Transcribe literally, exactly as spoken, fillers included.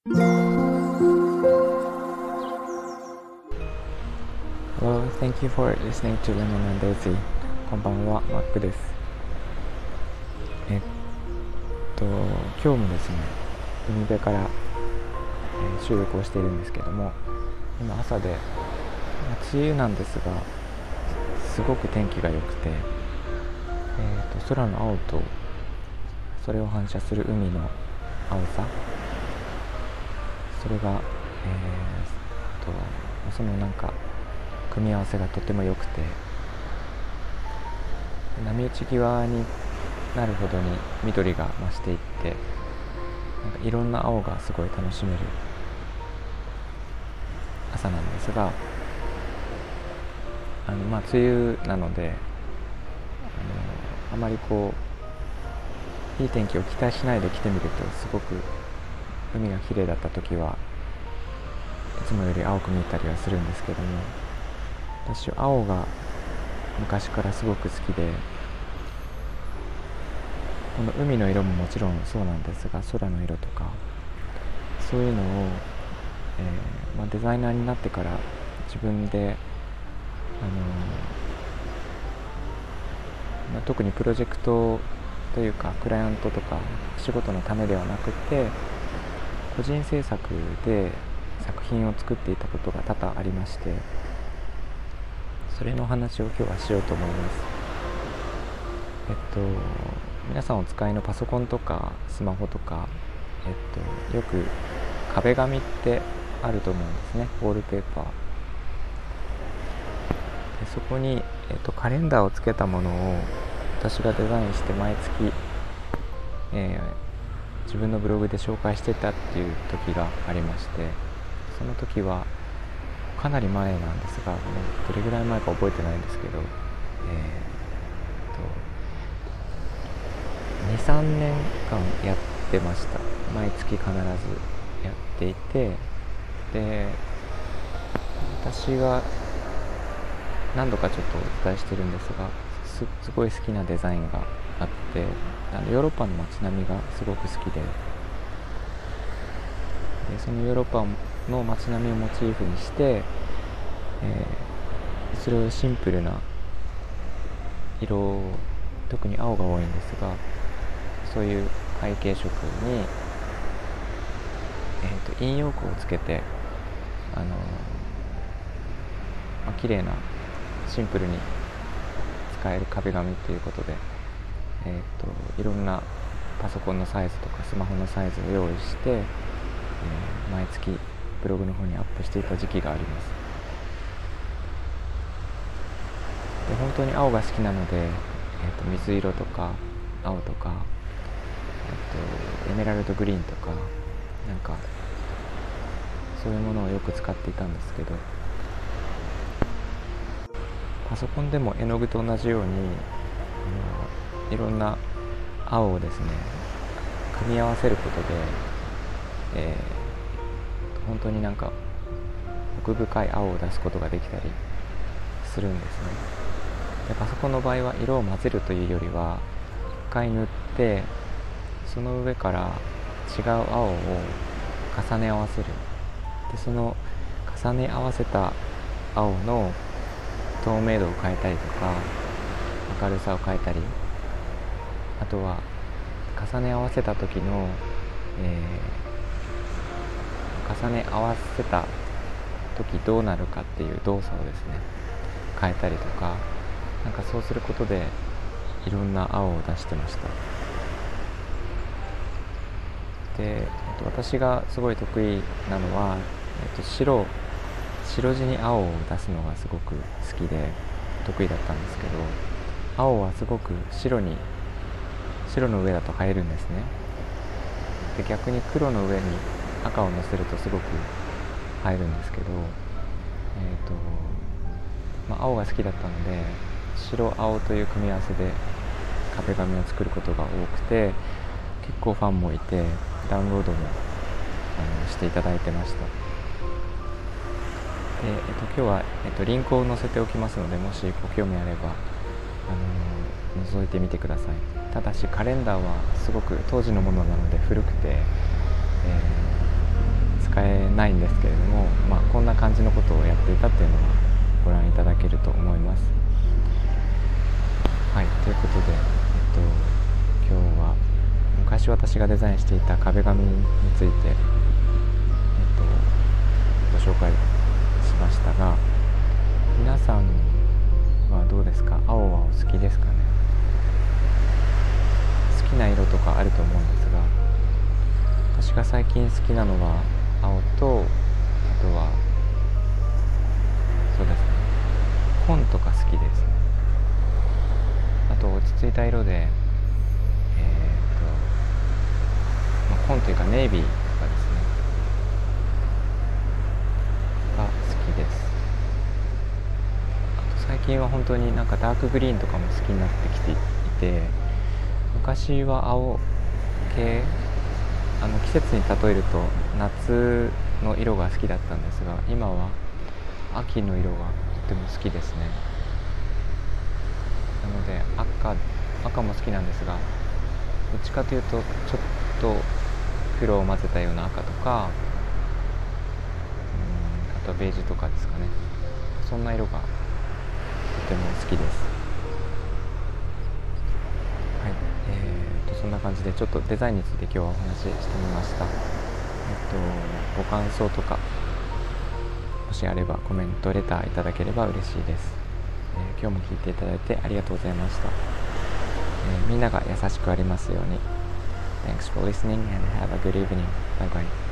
Hello, thank you for listening to Lemon and Daisy. こんばんは、マックです。えっと、今日もですね、海辺から、えー、収録をしているんですけども、今朝で、梅雨なんですが、すごく天気が良くて、えー、と空の青とそれを反射する海の青さ、それが、えー、とそのなんか組み合わせがとても良くて、波打ち際になるほどに緑が増していって、なんかいろんな青がすごい楽しめる朝なんですが、あのまあ梅雨なので、あのあまりこういい天気を期待しないで来てみると、すごく海が綺麗だった時はいつもより青く見えたりはするんですけども、私は青が昔からすごく好きで、この海の色ももちろんそうなんですが、空の色とかそういうのを、えーまあ、デザイナーになってから自分で、あのーまあ、特にプロジェクトというかクライアントとか仕事のためではなくて、個人制作で作品を作っていたことが多々ありまして、それの話を今日はしようと思います。えっと皆さんお使いのパソコンとかスマホとか、えっとよく壁紙ってあると思うんですね。ウォールペーパーで、そこに、えっと、カレンダーをつけたものを私がデザインして毎月、えー、自分のブログで紹介してたっていう時がありまして、その時はかなり前なんですが、もうどれぐらい前か覚えてないんですけど、えー、とにさんねんかんやってました。毎月必ずやっていて、で私が何度かちょっとお伝えしてるんですが、 す, すごい好きなデザインがあって、あのヨーロッパの街並みがすごく好きで、でそのヨーロッパの街並みをモチーフにして、えー、それをシンプルな色、特に青が多いんですが、そういう背景色に、えー、と陰陽光をつけて、あのーまあ、綺麗なシンプルに使える壁紙ということで、えー、といろんなパソコンのサイズとかスマホのサイズを用意して、えー、毎月ブログの方にアップしていた時期があります。で本当に青が好きなので、えー、と水色とか青とか、えー、とエメラルドグリーンとか、なんかそういうものをよく使っていたんですけど、パソコンでも絵の具と同じように、あのいろんな青をですね組み合わせることで、えー、本当になんか奥深い青を出すことができたりするんですね。でパソコンの場合は色を混ぜるというよりは、一回塗ってその上から違う青を重ね合わせる。でその重ね合わせた青の透明度を変えたりとか明るさを変えたり、あとは重ね合わせた時の、えー、重ね合わせた時どうなるかっていう動作をですね変えたりとか、なんかそうすることでいろんな青を出してました。で、えっと、私がすごい得意なのは、えっと、白白地に青を出すのがすごく好きで得意だったんですけど、青はすごく白に白の上だと映えるんですね。で逆に黒の上に赤をのせるとすごく映えるんですけど、えーとまあ、青が好きだったので白青という組み合わせで壁紙を作ることが多くて、結構ファンもいてダウンロードもあのしていただいてました。で、えっと、今日は、えっと、リンクを載せておきますので、もしご興味あれば、あのー、覗いてみてください。ただしカレンダーはすごく当時のものなので古くて、えですけれども、まあ、こんな感じのことをやっていたっていうのはご覧いただけると思います。はい、ということで、えっと、今日は昔私がデザインしていた壁紙について、えっと、ご紹介しましたが、皆さんはどうですか？青はお好きですかね？好きな色とかあると思うんですが、私が最近好きなのは青と、あとはそうですね、紺とか好きですね。あと落ち着いた色で、えー、っと、まあ、紺というかネイビーとかですねが好きです。あと最近は本当になんかダークグリーンとかも好きになってきていて、昔は青系、あの季節に例えると夏の色が好きだったんですが、今は秋の色がとても好きですね。なので赤赤も好きなんですが、どっちかというとちょっと黒を混ぜたような赤とか、うんあとベージュとかですかね。そんな色がとても好きです。はい、えー、とそんな感じでちょっとデザインについて今日はお話ししてみました。えっとご感想とかもしあればコメントレターいただければ嬉しいです。えー、今日も聞いていただいてありがとうございました。えー、みんなが優しくありますように。Thanks for listening and have a good evening. Bye bye.